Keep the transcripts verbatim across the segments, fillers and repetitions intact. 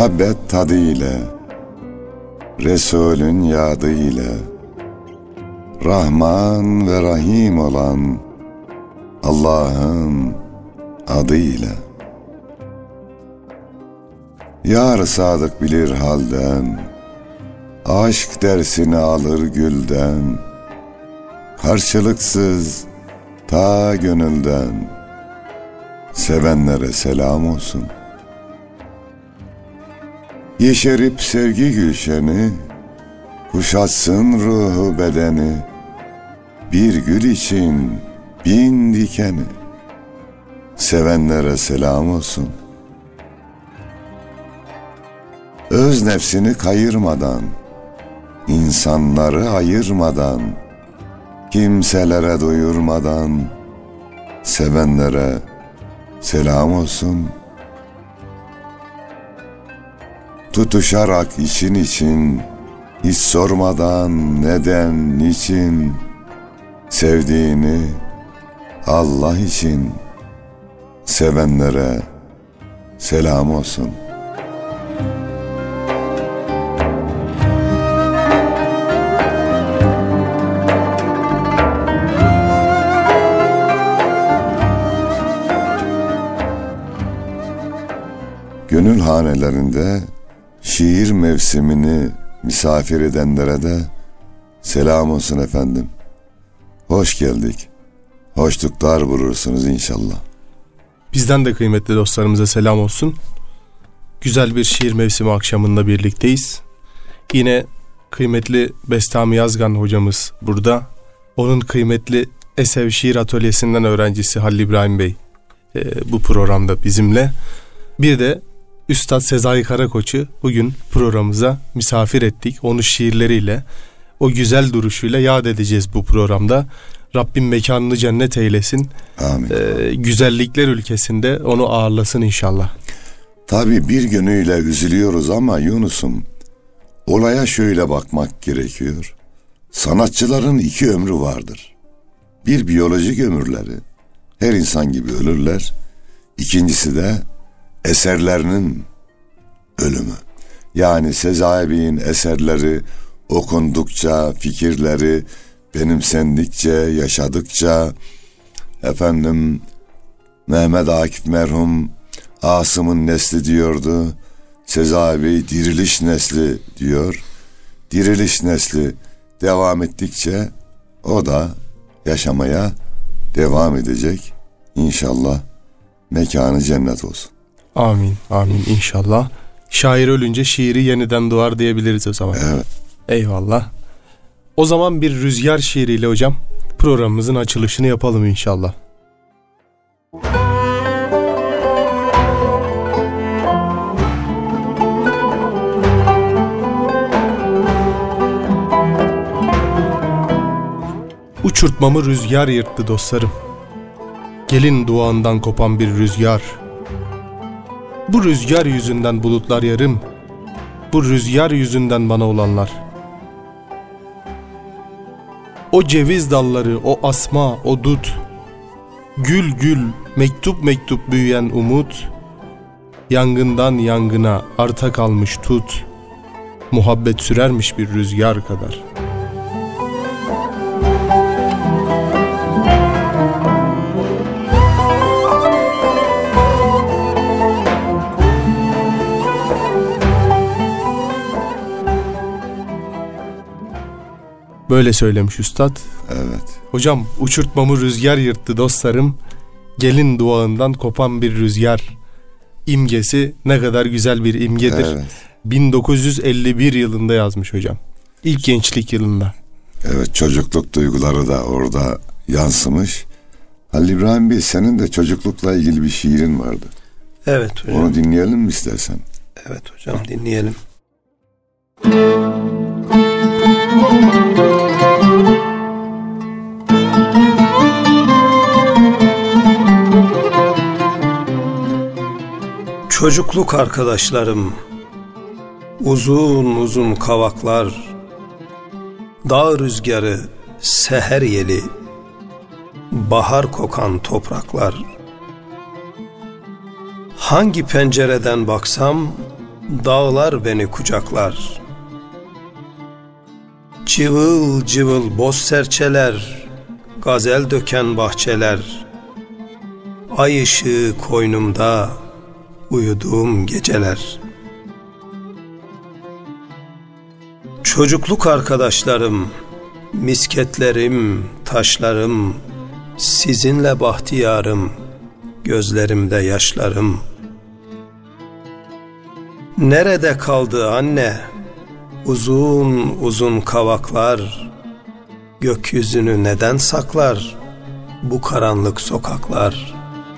muhabbet tadı ile, Resulün yadı ile, Rahman ve Rahim olan Allah'ın adıyla. Yar sadık bilir halden, aşk dersini alır gülden, karşılıksız ta gönülden, sevenlere selam olsun. Yeşerip sevgi gülşeni, kuşatsın ruhu bedeni, bir gül için bin dikeni, sevenlere selam olsun. Öz nefsini kayırmadan, insanları ayırmadan, kimselere duyurmadan, sevenlere selam olsun. Tutuşarak için için, hiç sormadan neden, niçin, sevdiğini Allah için, sevenlere selam olsun. Gönül hanelerinde şiir mevsimini misafir edenlere de selam olsun efendim. Hoş geldik. Hoşluklar bulursunuz inşallah. Bizden de kıymetli dostlarımıza selam olsun. Güzel bir şiir mevsimi akşamında birlikteyiz. Yine kıymetli Bestami Yazgan hocamız burada. Onun kıymetli Esev Şiir Atölyesi'nden öğrencisi Halil İbrahim Bey e, bu programda bizimle. Bir de Üstad Sezai Karakoç'u bugün programımıza misafir ettik. Onu şiirleriyle, o güzel duruşuyla yad edeceğiz bu programda. Rabbim mekanını cennet eylesin. Amin. Ee, güzellikler ülkesinde onu ağırlasın inşallah. Tabii bir yönüyle üzülüyoruz ama Yunus'um, olaya şöyle bakmak gerekiyor. Sanatçıların iki ömrü vardır. Bir biyolojik ömürleri, her insan gibi ölürler. İkincisi de eserlerinin ölümü. Yani Sezai Bey'in eserleri okundukça, fikirleri benimsendikçe, yaşadıkça, efendim Mehmet Akif merhum Asım'ın nesli diyordu. Sezai Bey diriliş nesli diyor. Diriliş nesli devam ettikçe o da yaşamaya devam edecek. İnşallah mekanı cennet olsun. Amin, amin inşallah. Şair ölünce şiiri yeniden doğar diyebiliriz o zaman. Evet. Eyvallah. O zaman bir rüzgar şiiriyle hocam programımızın açılışını yapalım inşallah. Uçurtmamı rüzgar yırttı dostlarım. Gelin duağından kopan bir rüzgar. Bu rüzgar yüzünden bulutlar yarım. Bu rüzgar yüzünden bana olanlar. O ceviz dalları, o asma, o dut. Gül gül, mektup mektup büyüyen umut. Yangından yangına arta kalmış tut. Muhabbet sürermiş bir rüzgar kadar. Böyle söylemiş üstad. Evet. Hocam uçurtmamı rüzgar yırttı dostlarım. Gelin duağından kopan bir rüzgar. İmgesi ne kadar güzel bir imgedir. Evet. bin dokuz yüz elli bir yılında yazmış hocam. İlk gençlik yılında. Evet, çocukluk duyguları da orada yansımış. Halil İbrahim Bey, senin de çocuklukla ilgili bir şiirin vardı. Evet hocam. Onu dinleyelim mi istersen? Evet hocam, dinleyelim. Çocukluk arkadaşlarım, uzun uzun kavaklar, dağ rüzgarı, seher yeli, bahar kokan topraklar. Hangi pencereden baksam dağlar beni kucaklar. Cıvıl cıvıl boz serçeler, gazel döken bahçeler, ay ışığı koynumda uyuduğum geceler. Çocukluk arkadaşlarım, misketlerim, taşlarım, sizinle bahtiyarım, gözlerimde yaşlarım. Nerede kaldı anne, uzun uzun kavaklar, gökyüzünü neden saklar bu karanlık sokaklar?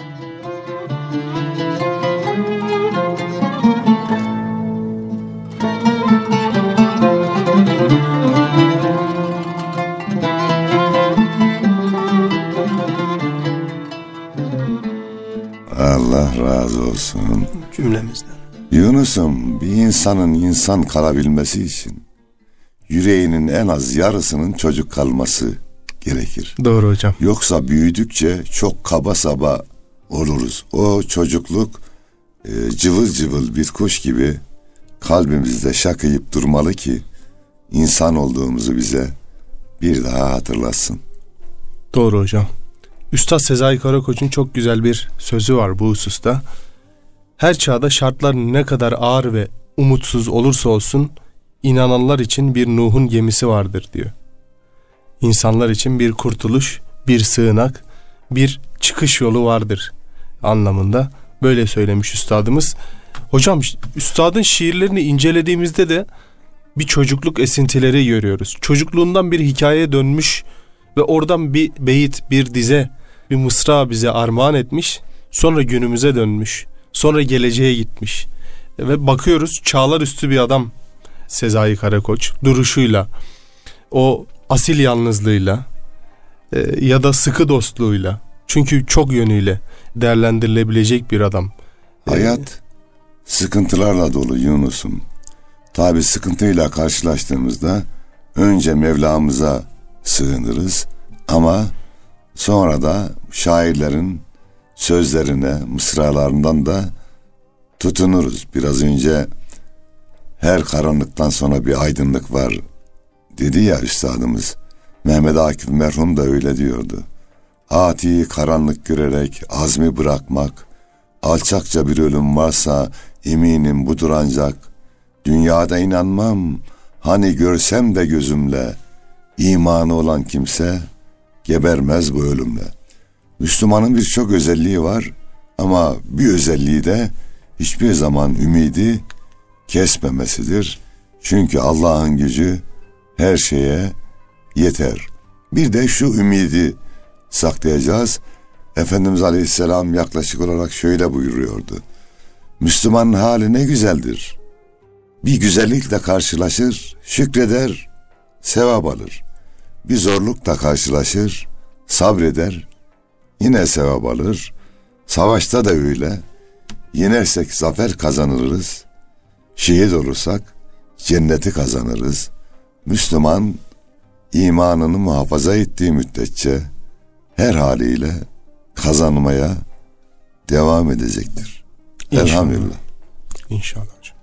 Allah razı olsun. Cümlemizden. Yunus'um, bir insanın insan kalabilmesi için yüreğinin en az yarısının çocuk kalması gerekir. Doğru hocam. Yoksa büyüdükçe çok kaba saba oluruz. O çocukluk e, cıvıl cıvıl bir kuş gibi kalbimizde şakıyıp durmalı ki insan olduğumuzu bize bir daha hatırlatsın. Doğru hocam. Üstad Sezai Karakoç'un çok güzel bir sözü var bu hususta. Her çağda şartlar ne kadar ağır ve umutsuz olursa olsun inananlar için bir Nuh'un gemisi vardır diyor. İnsanlar için bir kurtuluş, bir sığınak, bir çıkış yolu vardır anlamında böyle söylemiş üstadımız. Hocam üstadın şiirlerini incelediğimizde de bir çocukluk esintileri görüyoruz. Çocukluğundan bir hikayeye dönmüş ve oradan bir beyit, bir dize, bir mısra bize armağan etmiş. Sonra günümüze dönmüş. Sonra geleceğe gitmiş. Ve bakıyoruz çağlar üstü bir adam Sezai Karakoç. Duruşuyla, o asil yalnızlığıyla e, ya da sıkı dostluğuyla. Çünkü çok yönüyle değerlendirilebilecek bir adam. Hayat sıkıntılarla dolu Yunus'um. Tabi sıkıntıyla karşılaştığımızda önce Mevlamıza sığınırız ama sonra da şairlerin sözlerine, mısralarından da tutunuruz. Biraz önce her karanlıktan sonra bir aydınlık var dedi ya üstadımız. Mehmet Akif merhum da öyle diyordu. Ati karanlık görerek azmi bırakmak, alçakça bir ölüm varsa eminim budur ancak. Dünyada inanmam, hani görsem de gözümle, imanı olan kimse gebermez bu ölümle. Müslümanın birçok özelliği var ama bir özelliği de hiçbir zaman ümidi kesmemesidir. Çünkü Allah'ın gücü her şeye yeter. Bir de şu ümidi saklayacağız. Efendimiz Aleyhisselam yaklaşık olarak şöyle buyuruyordu. Müslümanın hali ne güzeldir. Bir güzellikle karşılaşır, şükreder, sevap alır. Bir zorlukla karşılaşır, sabreder, yine sevap alır. Savaşta da öyle. Yenersek zafer kazanırız. Şehit olursak cenneti kazanırız. Müslüman imanını muhafaza ettiği müddetçe her haliyle kazanmaya devam edecektir. İnşallah. Elhamdülillah. İnşallah hocam.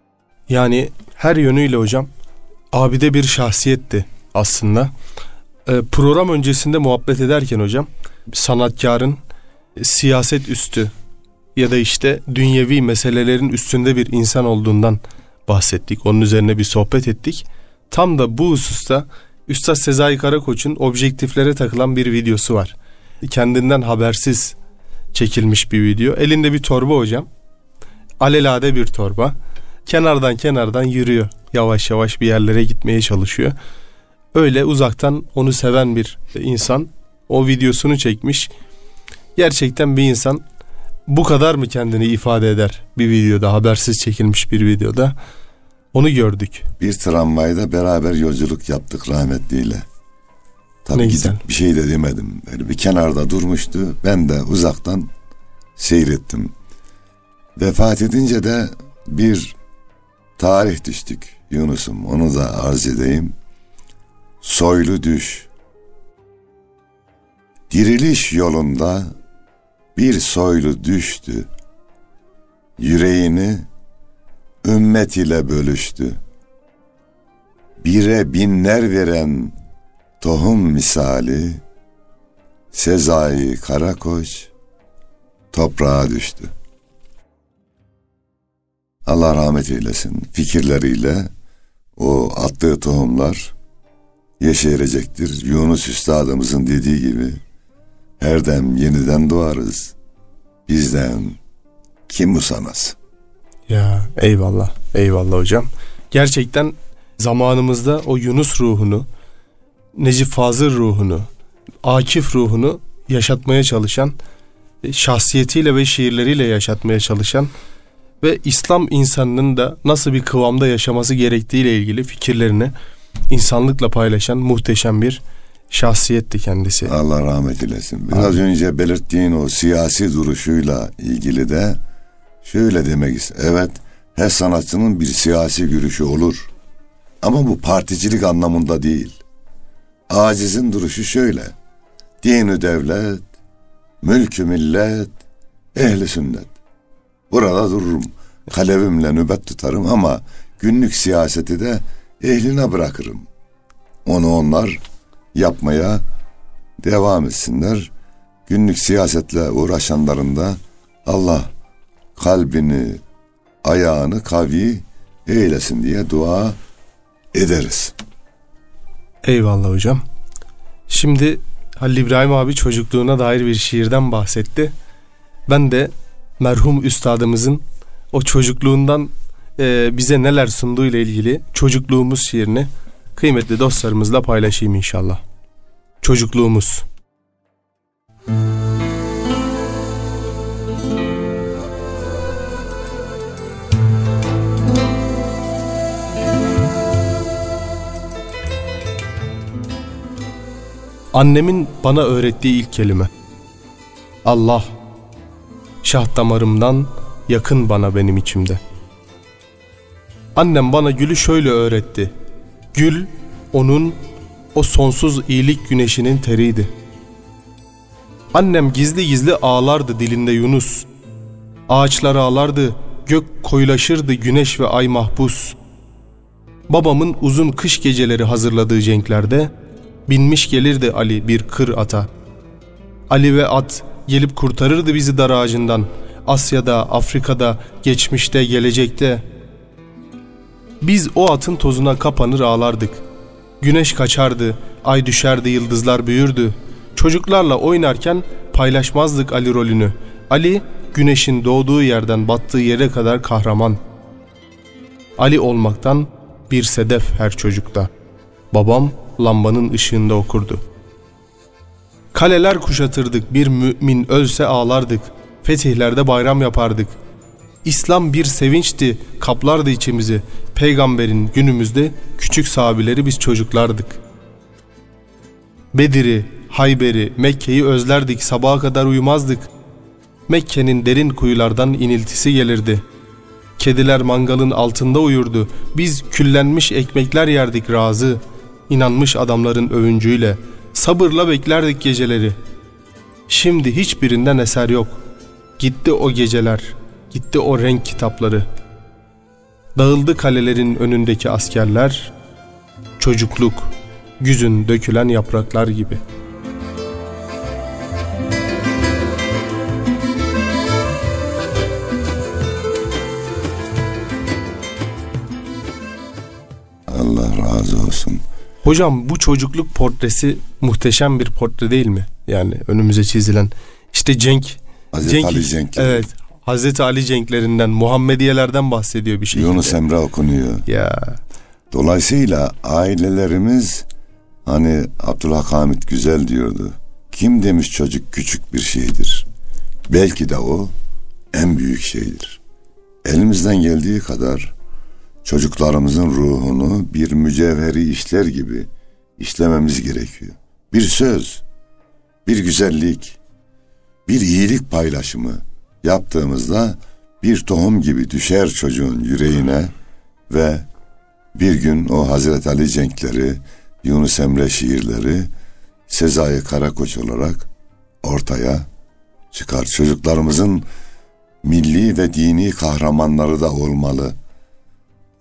Yani her yönüyle hocam abide bir şahsiyetti aslında. Ee, program öncesinde muhabbet ederken hocam sanatkarın siyaset üstü ya da işte dünyevi meselelerin üstünde bir insan olduğundan bahsettik. Onun üzerine bir sohbet ettik. Tam da bu hususta Üstad Sezai Karakoç'un objektiflere takılan bir videosu var. Kendinden habersiz çekilmiş bir video. Elinde bir torba hocam. Alelade bir torba. Kenardan kenardan yürüyor. Yavaş yavaş bir yerlere gitmeye çalışıyor. Öyle uzaktan onu seven bir insan o videosunu çekmiş. Gerçekten bir insan bu kadar mı kendini ifade eder bir videoda, habersiz çekilmiş bir videoda? Onu gördük. Bir tramvayda beraber yolculuk yaptık rahmetliyle. Tabii ne gidip güzel. Bir şey de demedim. Böyle bir kenarda durmuştu. Ben de uzaktan seyrettim. Vefat edince de bir tarih düştük Yunus'um. Onu da arz edeyim. Soylu düş. Diriliş yolunda bir soylu düştü. Yüreğini ümmet ile bölüştü. Bire binler veren tohum misali, Sezai Karakoç toprağa düştü. Allah rahmet eylesin. Fikirleriyle o attığı tohumlar yeşerecektir. Yunus Üstadımızın dediği gibi her dem yeniden doğarız. Bizden kim usanaz? Ya eyvallah, eyvallah hocam. Gerçekten zamanımızda o Yunus ruhunu, Necip Fazıl ruhunu, Akif ruhunu yaşatmaya çalışan, şahsiyetiyle ve şiirleriyle yaşatmaya çalışan ve İslam insanının da nasıl bir kıvamda yaşaması gerektiğiyle ilgili fikirlerini insanlıkla paylaşan muhteşem bir şahsiyetti kendisi. Allah rahmet eylesin. Biraz Amin. Önce belirttiğin o siyasi duruşuyla ilgili de şöyle demek istedim. Evet, her sanatçının bir siyasi görüşü olur. Ama bu particilik anlamında değil. Acizin duruşu şöyle: din-i devlet, mülk-ü millet, ehli sünnet. Burada dururum, kalevimle nöbet tutarım ama günlük siyaseti de ehline bırakırım. Onu onlar yapmaya devam etsinler. Günlük siyasetle uğraşanların da Allah kalbini, ayağını kavi eylesin diye dua ederiz. Eyvallah hocam. Şimdi Halil İbrahim abi çocukluğuna dair bir şiirden bahsetti. Ben de merhum üstadımızın o çocukluğundan e, bize neler sunduğu ile ilgili çocukluğumuz şiirini kıymetli dostlarımızla paylaşayım inşallah. Çocukluğumuz. Annemin bana öğrettiği ilk kelime: Allah, şah damarımdan yakın bana benim içimde. Annem bana gülü şöyle öğretti: gül, onun o sonsuz iyilik güneşinin teriydi. Annem gizli gizli ağlardı dilinde Yunus. Ağaçlar ağlardı, gök koyulaşırdı, güneş ve ay mahpus. Babamın uzun kış geceleri hazırladığı cenklerde binmiş gelirdi Ali bir kır ata. Ali ve at gelip kurtarırdı bizi dar ağacından. Asya'da, Afrika'da, geçmişte, gelecekte. Biz o atın tozuna kapanır ağlardık. Güneş kaçardı, ay düşerdi, yıldızlar büyürdü. Çocuklarla oynarken paylaşmazdık Ali rolünü. Ali, güneşin doğduğu yerden battığı yere kadar kahraman. Ali olmaktan bir sedef her çocukta. Babam lambanın ışığında okurdu. Kaleler kuşatırdık, bir mümin ölse ağlardık. Fetihlerde bayram yapardık. İslam bir sevinçti, kaplardı içimizi. Peygamberin günümüzde küçük sahabileri biz çocuklardık. Bedir'i, Hayber'i, Mekke'yi özlerdik, sabaha kadar uyumazdık. Mekke'nin derin kuyulardan iniltisi gelirdi. Kediler mangalın altında uyurdu. Biz küllenmiş ekmekler yerdik razı. İnanmış adamların övüncüyle sabırla beklerdik geceleri. Şimdi hiçbirinden eser yok. Gitti o geceler, gitti o renk kitapları. Dağıldı kalelerin önündeki askerler. Çocukluk, güzün dökülen yapraklar gibi. Allah razı olsun. Hocam, bu çocukluk portresi muhteşem bir portre değil mi? Yani önümüze çizilen işte Cenk, Hazreti Cenk, Ali Cenkleri. Evet, Hazreti Ali Cenklerinden, Muhammediyelerden bahsediyor bir şekilde. Yunus Emre okunuyor. Ya. Dolayısıyla ailelerimiz, hani Abdülhamit Güzel diyordu, kim demiş çocuk küçük bir şeydir. Belki de o en büyük şeydir. Elimizden geldiği kadar çocuklarımızın ruhunu bir mücevheri işler gibi işlememiz gerekiyor. Bir söz, bir güzellik, bir iyilik paylaşımı yaptığımızda bir tohum gibi düşer çocuğun yüreğine ve bir gün o Hazreti Ali Cenkleri, Yunus Emre şiirleri Sezai Karakoç olarak ortaya çıkar. Çocuklarımızın milli ve dini kahramanları da olmalı.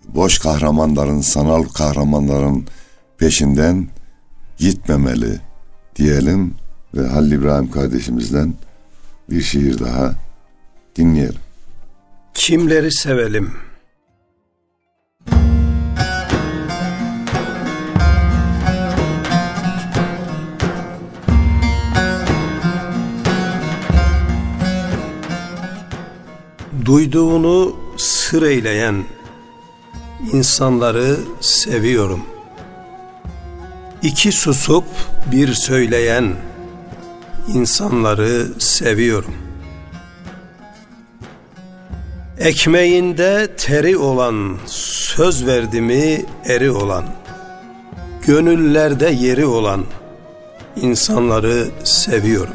boş kahramanların, sanal kahramanların peşinden gitmemeli diyelim ve Halil İbrahim kardeşimizden bir şiir daha dinleyelim. Kimleri sevelim? Duyduğunu sır eyleyen insanları seviyorum. İki susup bir söyleyen insanları seviyorum. Ekmeğinde teri olan, söz verdi mi eri olan, gönüllerde yeri olan insanları seviyorum.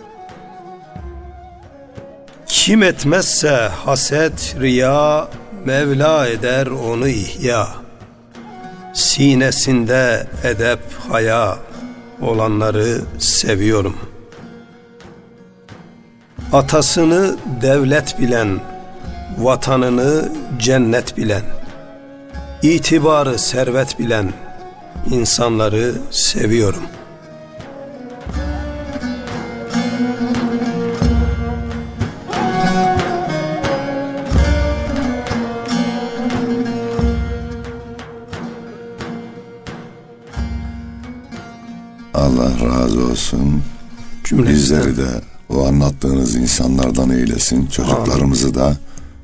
Kim etmezse haset, riya, Mevla eder onu ihya. Sinesinde edep, haya olanları seviyorum. Atasını devlet bilen, vatanını cennet bilen, itibarı servet bilen insanları seviyorum. Allah razı olsun. Cümlemizden. Bizleri de o anlattığınız insanlardan eylesin. Çocuklarımızı da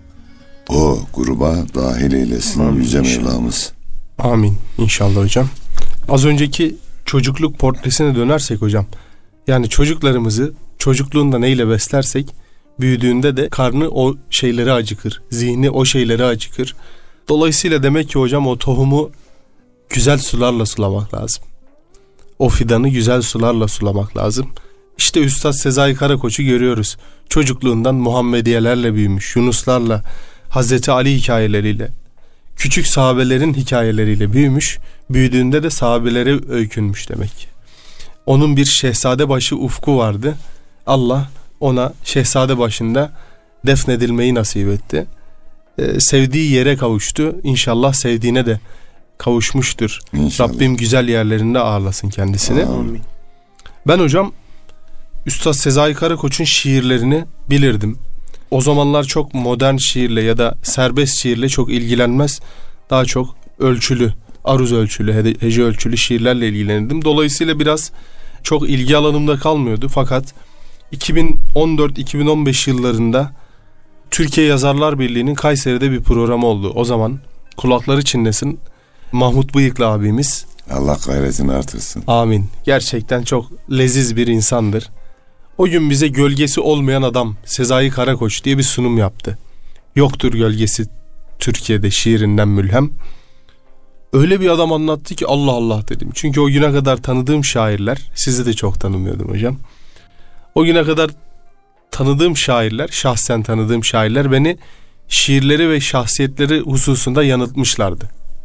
o gruba dahil eylesin. Amin. Yüce Mevlamız. Amin inşallah hocam. Az önceki çocukluk portresine dönersek hocam. Yani çocuklarımızı çocukluğunda neyle beslersek büyüdüğünde de karnı o şeyleri acıkır. Zihni o şeyleri acıkır. Dolayısıyla demek ki hocam o tohumu güzel sularla sulamak lazım. O fidanı güzel sularla sulamak lazım. İşte Üstad Sezai Karakoç'u görüyoruz. Çocukluğundan Muhammediyelerle büyümüş, Yunuslarla, Hazreti Ali hikayeleriyle, küçük sahabelerin hikayeleriyle büyümüş, büyüdüğünde de sahabelere öykünmüş demek ki. Onun bir şehzade başı ufku vardı. Allah ona şehzade başında defnedilmeyi nasip etti. Ee, sevdiği yere kavuştu. İnşallah sevdiğine de kavuşmuştur. İnşallah. Rabbim güzel yerlerinde ağırlasın kendisini. Amin. Ben hocam Üstad Sezai Karakoç'un şiirlerini bilirdim. O zamanlar çok modern şiirle ya da serbest şiirle çok ilgilenmez. Daha çok ölçülü, aruz ölçülü, hece ölçülü şiirlerle ilgilenirdim. Dolayısıyla biraz çok ilgi alanımda kalmıyordu. Fakat iki bin on dört iki bin on beş yıllarında Türkiye Yazarlar Birliği'nin Kayseri'de bir programı oldu. O zaman kulakları çınlasın Mahmut Bıyıklı abimiz. Allah gayretini artırsın. Amin. Gerçekten çok leziz bir insandır. O gün bize gölgesi olmayan adam Sezai Karakoç diye bir sunum yaptı. Yoktur gölgesi Türkiye'de şiirinden mülhem. Öyle bir adam anlattı ki Allah Allah dedim. Çünkü o güne kadar tanıdığım şairler, sizi de çok tanımıyordum hocam. O güne kadar tanıdığım şairler, şahsen tanıdığım şairler beni şiirleri ve şahsiyetleri hususunda yanıltmışlardı.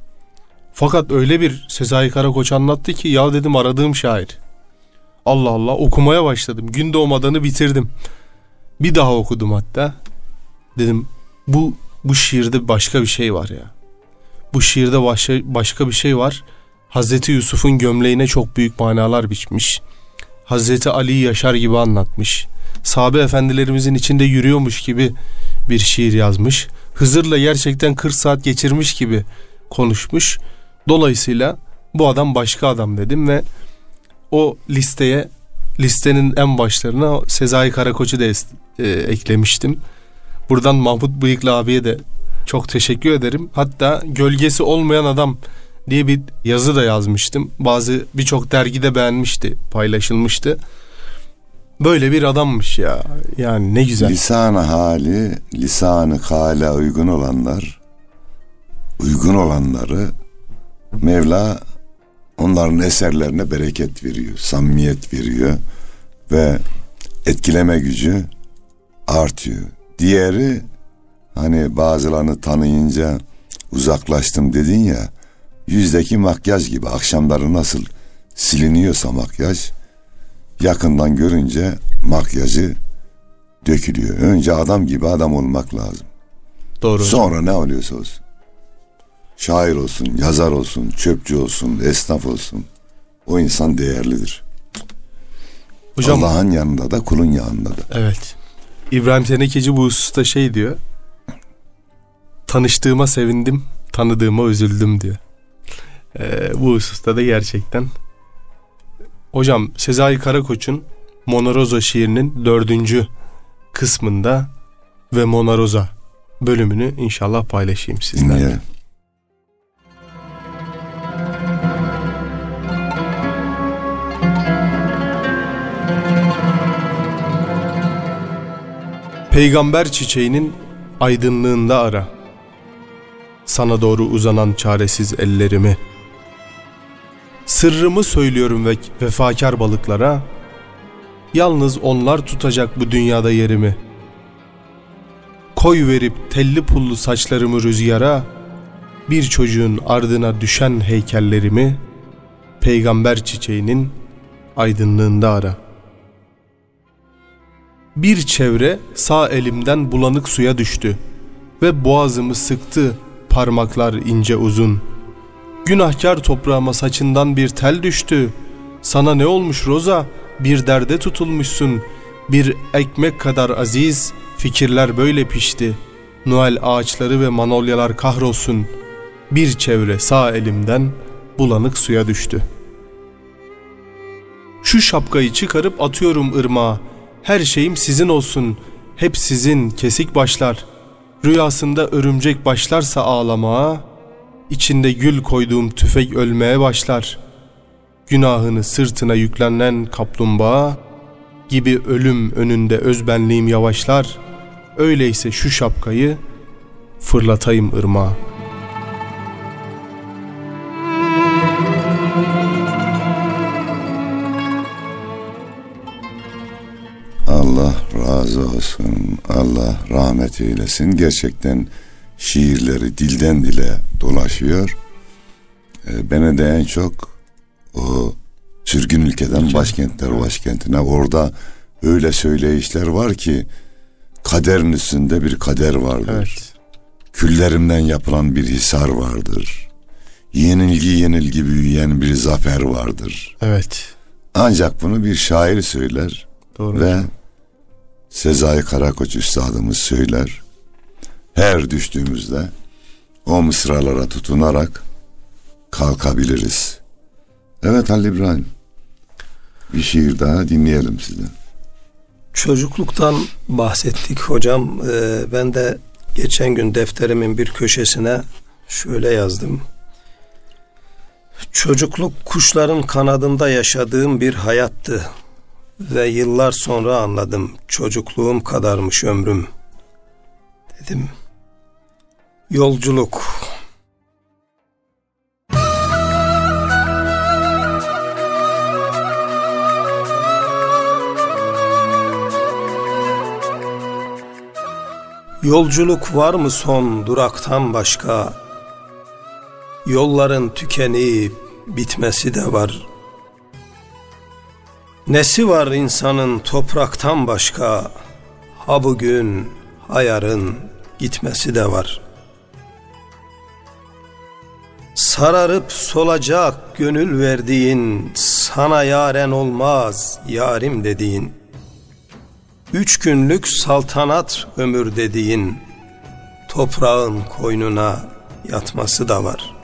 Fakat öyle bir Sezai Karakoç anlattı ki ya dedim aradığım şair. Allah Allah okumaya başladım. Gün doğmadanı bitirdim. Bir daha okudum hatta. Dedim bu bu şiirde başka bir şey var ya. Bu şiirde başka, başka bir şey var. Hazreti Yusuf'un gömleğine çok büyük manalar biçmiş. Hazreti Ali'yi yaşar gibi anlatmış. Sahabe efendilerimizin içinde yürüyormuş gibi bir şiir yazmış. Hızır'la gerçekten kırk saat geçirmiş gibi konuşmuş. Dolayısıyla bu adam başka adam dedim ve o listeye, listenin en başlarına Sezai Karakoç'u da e, eklemiştim. Buradan Mahmut Bıyıklı abiye de çok teşekkür ederim. Hatta gölgesi olmayan adam diye bir yazı da yazmıştım. Bazı birçok dergide beğenmişti, paylaşılmıştı. Böyle bir adammış ya. Yani ne güzel. Lisan-ı hali, lisan-ı kâle uygun olanlar, uygun olanları Mevla onların eserlerine bereket veriyor, samimiyet veriyor ve etkileme gücü artıyor. Diğeri hani bazılarını tanıyınca uzaklaştım dedin ya, yüzdeki makyaj gibi akşamları nasıl siliniyorsa makyaj, yakından görünce makyajı dökülüyor. Önce adam gibi adam olmak lazım. Doğru. Sonra ne oluyorsa olsun. şair olsun, yazar olsun, çöpçü olsun, esnaf olsun, o insan değerlidir. Hocam, Allah'ın yanında da kulun yanında da. Evet. İbrahim Tenekeci bu hususta şey diyor. Tanıştığıma sevindim, tanıdığıma üzüldüm diyor. Ee, bu hususta da gerçekten. Hocam, Sezai Karakoç'un Mona Rosa şiirinin dördüncü kısmında ve Mona Rosa bölümünü inşallah paylaşayım sizlerle. Dinleyelim. Peygamber çiçeğinin aydınlığında ara, sana doğru uzanan çaresiz ellerimi. Sırrımı söylüyorum ve vefakar balıklara, yalnız onlar tutacak bu dünyada yerimi. Koy verip telli pullu saçlarımı rüzgara, bir çocuğun ardına düşen heykellerimi, peygamber çiçeğinin aydınlığında ara. Bir çevre sağ elimden bulanık suya düştü ve boğazımı sıktı parmaklar ince uzun. Günahkar toprağıma saçından bir tel düştü. Sana ne olmuş Roza? Bir derde tutulmuşsun. Bir ekmek kadar aziz, fikirler böyle pişti. Noel ağaçları ve manolyalar kahrolsun. Bir çevre sağ elimden bulanık suya düştü. Şu şapkayı çıkarıp atıyorum ırmağa. Her şeyim sizin olsun. Hep sizin kesik başlar. Rüyasında örümcek başlarsa ağlamaya, İçinde gül koyduğum tüfek ölmeye başlar. Günahını sırtına yüklenen kaplumbağa gibi ölüm önünde özbenliğim yavaşlar. Öyleyse şu şapkayı fırlatayım ırmağa. Allah razı olsun. Allah rahmet eylesin. Gerçekten şiirleri dilden dile dolaşıyor. Ee, beni de en çok o sürgün ülkeden başkentler başkentine, orada öyle söyleyişler var ki kaderin üstünde bir kader vardır. Evet. Küllerimden yapılan bir hisar vardır. Yenilgi yenilgi büyüyen bir zafer vardır. Evet. Ancak bunu bir şair söyler. Doğru. Ve Sezai Karakoç üstadımız söyler. Her düştüğümüzde o mısralara tutunarak kalkabiliriz. Evet Halil İbrahim, bir şiir daha dinleyelim sizden. Çocukluktan bahsettik hocam. Ee, ben de geçen gün defterimin bir köşesine şöyle yazdım. Çocukluk kuşların kanadında yaşadığım bir hayattı ve yıllar sonra anladım çocukluğum kadarmış ömrüm dedim. Yolculuk. Yolculuk var mı son duraktan başka? Yolların tükenip bitmesi de var. Nesi var insanın topraktan başka? Ha bugün, ha yarın gitmesi de var. Sararıp solacak gönül verdiğin, sana yaren olmaz yarim dediğin, üç günlük saltanat ömür dediğin, toprağın koynuna yatması da var.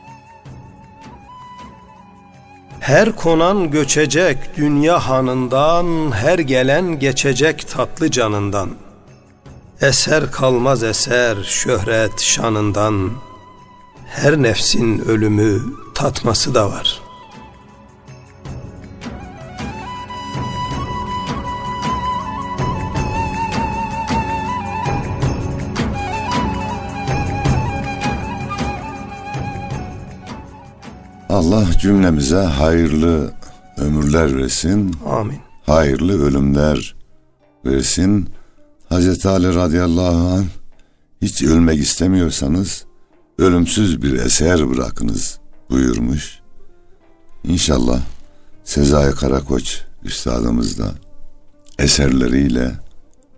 Her konan göçecek dünya hanından, her gelen geçecek tatlı canından. Eser kalmaz eser şöhret şanından, her nefsin ölümü tatması da var. Allah cümlemize hayırlı ömürler versin. Amin. Hayırlı ölümler versin. Hazreti Ali radıyallahu anh, hiç ölmek istemiyorsanız ölümsüz bir eser bırakınız buyurmuş. İnşallah Sezai Karakoç üstadımız da eserleriyle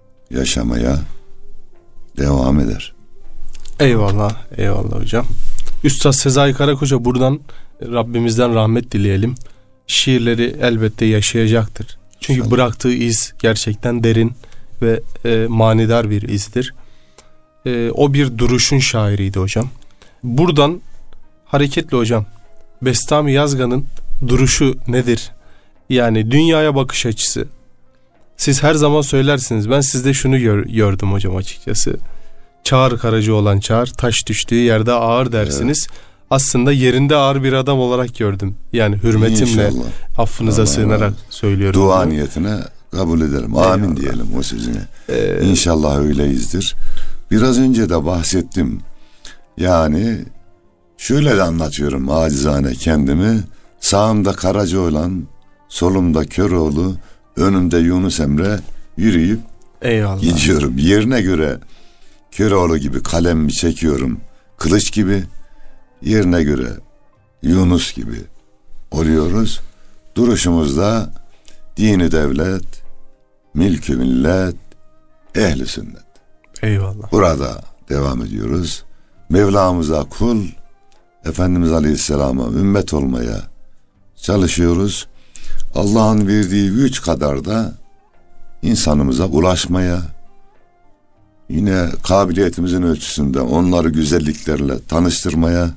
yaşamaya devam eder. Eyvallah, eyvallah hocam. Üstad Sezai Karakoç'a buradan Rabbimizden rahmet dileyelim. Şiirleri elbette yaşayacaktır. Çünkü İnşallah. Bıraktığı iz gerçekten derin ve e, manidar bir izdir. E, o bir duruşun şairiydi hocam. Buradan hareketle hocam, Bestami Yazgan'ın duruşu nedir? Yani dünyaya bakış açısı. Siz her zaman söylersiniz. Ben sizde şunu gör, gördüm hocam açıkçası. Çağır Karaca olan çağır, taş düştüğü yerde ağır dersiniz. Evet. Aslında yerinde ağır bir adam olarak gördüm. Yani hürmetimle, İnşallah. affınıza Allah sığınarak Allah. söylüyorum. Dua bunu. niyetine kabul ederim. Amin Eyvallah. diyelim o sözüne. Ee, İnşallah öyleyizdir. Biraz önce de bahsettim. Yani şöyle de anlatıyorum acizane kendimi. Sağımda Karacaoğlan, solumda Köroğlu, önümde Yunus Emre yürüyüp Eyvallah. gidiyorum. Yerine göre Köroğlu gibi kalemimi çekiyorum. Kılıç gibi, yerine göre Yunus gibi oluyoruz. Duruşumuzda dini devlet, mülkü millet, ehli sünnet. Eyvallah. Burada devam ediyoruz. Mevlamıza kul, Efendimiz Aleyhisselam'a ümmet olmaya çalışıyoruz. Allah'ın verdiği güç kadar da insanımıza ulaşmaya, yine kabiliyetimizin ölçüsünde onları güzelliklerle tanıştırmaya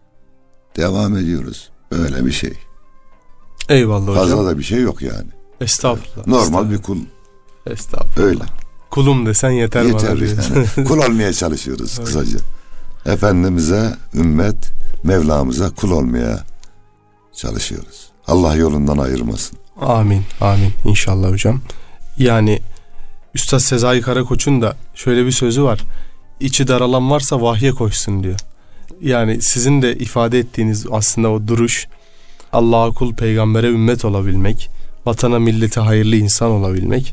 devam ediyoruz. Böyle bir şey. Eyvallah hocam. Fazla da bir şey yok yani. Estağfurullah. Normal estağfurullah. bir kul. Estağfurullah. Öyle. Kulum desen yeter, yeter bana. Yeter yani. Kul olmaya çalışıyoruz kısaca. Efendimiz'e ümmet, Mevlamıza kul olmaya çalışıyoruz. Allah yolundan ayırmasın. Amin, amin inşallah hocam. Yani Üstad Sezai Karakoç'un da şöyle bir sözü var. İçi daralan varsa vahye koşsun diyor. Yani sizin de ifade ettiğiniz aslında o duruş, Allah'a kul, peygambere ümmet olabilmek, vatana millete hayırlı insan olabilmek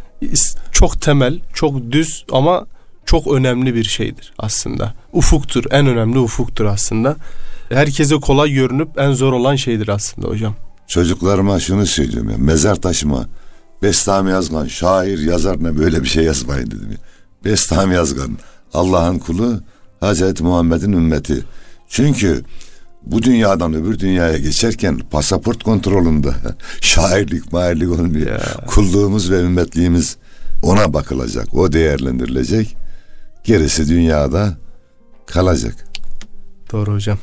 çok temel, çok düz ama çok önemli bir şeydir aslında. Ufuktur, en önemli ufuktur aslında. Herkese kolay görünüp en zor olan şeydir aslında hocam. Çocuklarıma şunu söylüyorum ya, mezar taşıma Bestami Yazgan şair yazar ne böyle bir şey yazmayın dedim ya. Bestami Yazgan Allah'ın kulu, Hazreti Muhammed'in ümmeti. Çünkü bu dünyadan öbür dünyaya geçerken pasaport kontrolünde şairlik, mairlik olmuyor. Ya. Kulluğumuz ve ümmetliğimiz ona bakılacak, o değerlendirilecek. Gerisi dünyada kalacak. Doğru hocam.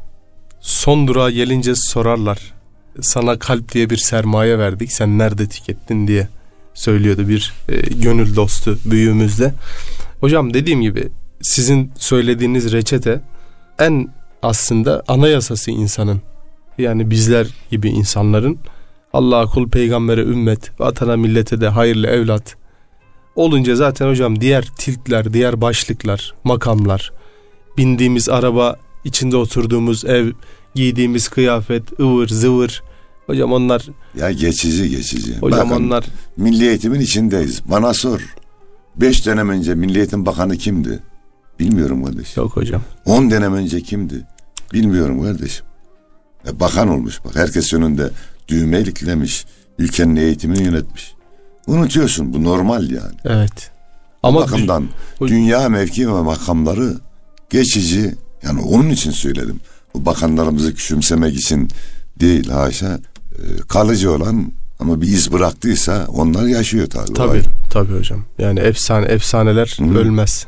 Son durağa gelince sorarlar. Sana kalp diye bir sermaye verdik, sen nerede tükettin diye söylüyordu bir e, gönül dostu büyüğümüz de. Hocam dediğim gibi sizin söylediğiniz reçete en aslında anayasası insanın. Yani bizler gibi insanların Allah'a kul, peygambere ümmet, vatana millete de hayırlı evlat olunca zaten hocam diğer tiltler, diğer başlıklar, makamlar, bindiğimiz araba, içinde oturduğumuz ev, giydiğimiz kıyafet, ıvır zıvır. Hocam onlar... Ya geçici geçici. Hocam bakın, onlar... Milli Eğitim'in içindeyiz. Bana sor. Beş dönem önce Milli Eğitim Bakanı kimdi? Bilmiyorum kardeşim. Yok hocam. On dönem önce kimdi? Bilmiyorum kardeşim. E, bakan olmuş bak. Herkes önünde düğme iliklemiş. Ülkenin eğitimini yönetmiş. Unutuyorsun. Bu normal yani. Evet. Ama bu bakımdan dü- dünya mevki ve makamları geçici. Yani onun için söyledim. Bu bakanlarımızı küçümsemek için değil haşa. E, kalıcı olan ama bir iz bıraktıysa onlar yaşıyor tabii. Tabii, tabii hocam. Yani efsane efsaneler Hı-hı. ölmez.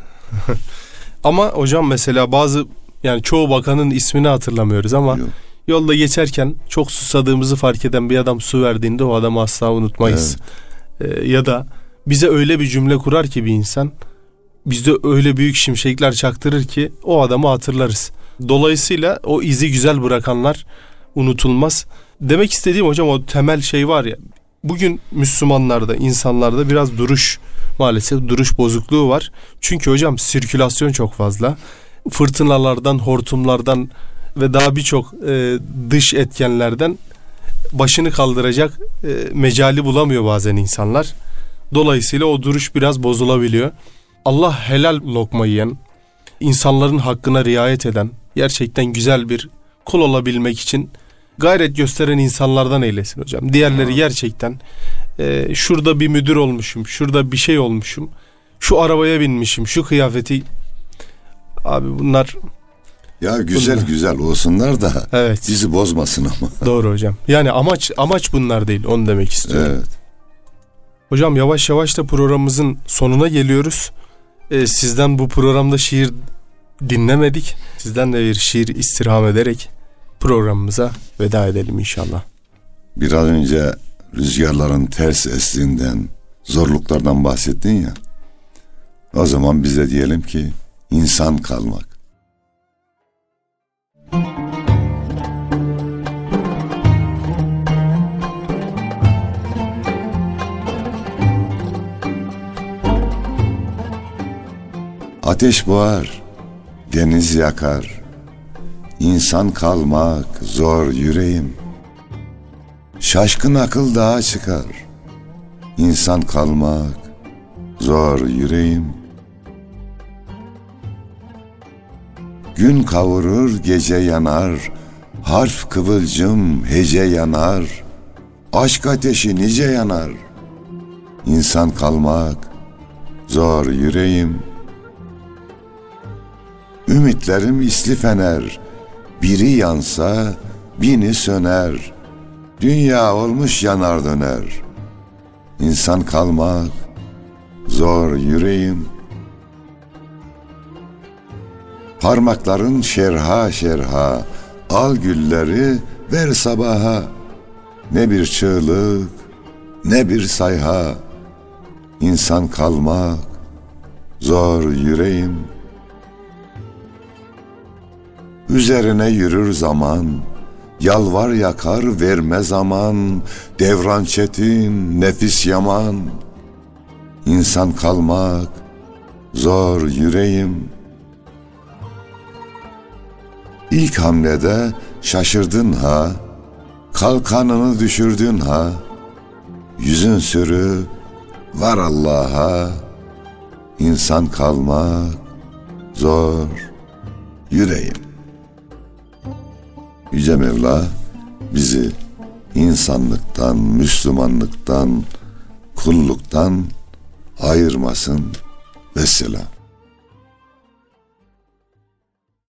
Ama hocam mesela bazı yani çoğu bakanın ismini hatırlamıyoruz ama Yok. yolda geçerken çok susadığımızı fark eden bir adam su verdiğinde o adamı asla unutmayız. Evet. Ee, ya da bize öyle bir cümle kurar ki bir insan, bizde öyle büyük şimşekler çaktırır ki o adamı hatırlarız. Dolayısıyla o izi güzel bırakanlar unutulmaz. Demek istediğim hocam o temel şey var ya, bugün Müslümanlarda, insanlarda biraz duruş, maalesef duruş bozukluğu var. Çünkü hocam sirkülasyon çok fazla. Fırtınalardan, hortumlardan ve daha birçok e, dış etkenlerden başını kaldıracak e, mecali bulamıyor bazen insanlar. Dolayısıyla o duruş biraz bozulabiliyor. Allah helal lokma yiyen, insanların hakkına riayet eden, gerçekten güzel bir kul olabilmek için gayret gösteren insanlardan eylesin hocam. Diğerleri gerçekten e, şurada bir müdür olmuşum, şurada bir şey olmuşum, şu arabaya binmişim, şu kıyafeti, abi bunlar Ya güzel Bunlar. güzel olsunlar da Evet. bizi bozmasın ama. Doğru hocam. Yani amaç amaç bunlar değil. Onu demek istiyorum. Evet. Hocam yavaş yavaş da programımızın sonuna geliyoruz. Ee, sizden bu programda şiir dinlemedik. Sizden de bir şiir istirham ederek programımıza veda edelim inşallah. Biraz önce rüzgarların ters estiğinden, zorluklardan bahsettin ya. O zaman bize diyelim ki insan kalmak. Ateş boğar, deniz yakar, İnsan kalmak zor yüreğim. Şaşkın akıl dağa çıkar, İnsan kalmak zor yüreğim. Gün kavurur, gece yanar, harf kıvılcım, hece yanar, aşk ateşi nice yanar, İnsan kalmak zor yüreğim. Ümitlerim isli fener, biri yansa bini söner, dünya olmuş yanar döner, İnsan kalmak zor yüreğim. Parmakların şerha şerha, al gülleri ver sabaha, ne bir çığlık ne bir sayha, İnsan kalmak zor yüreğim. Üzerine yürür zaman, yalvar yakar verme zaman, devran çetin, nefis yaman, İnsan kalmak zor yüreğim. İlk hamlede şaşırdın ha, kalkanını düşürdün ha, yüzün sürüp var Allah'a, İnsan kalmak zor yüreğim. Yüce Mevla bizi insanlıktan, Müslümanlıktan, kulluktan ayırmasın. Vesselam.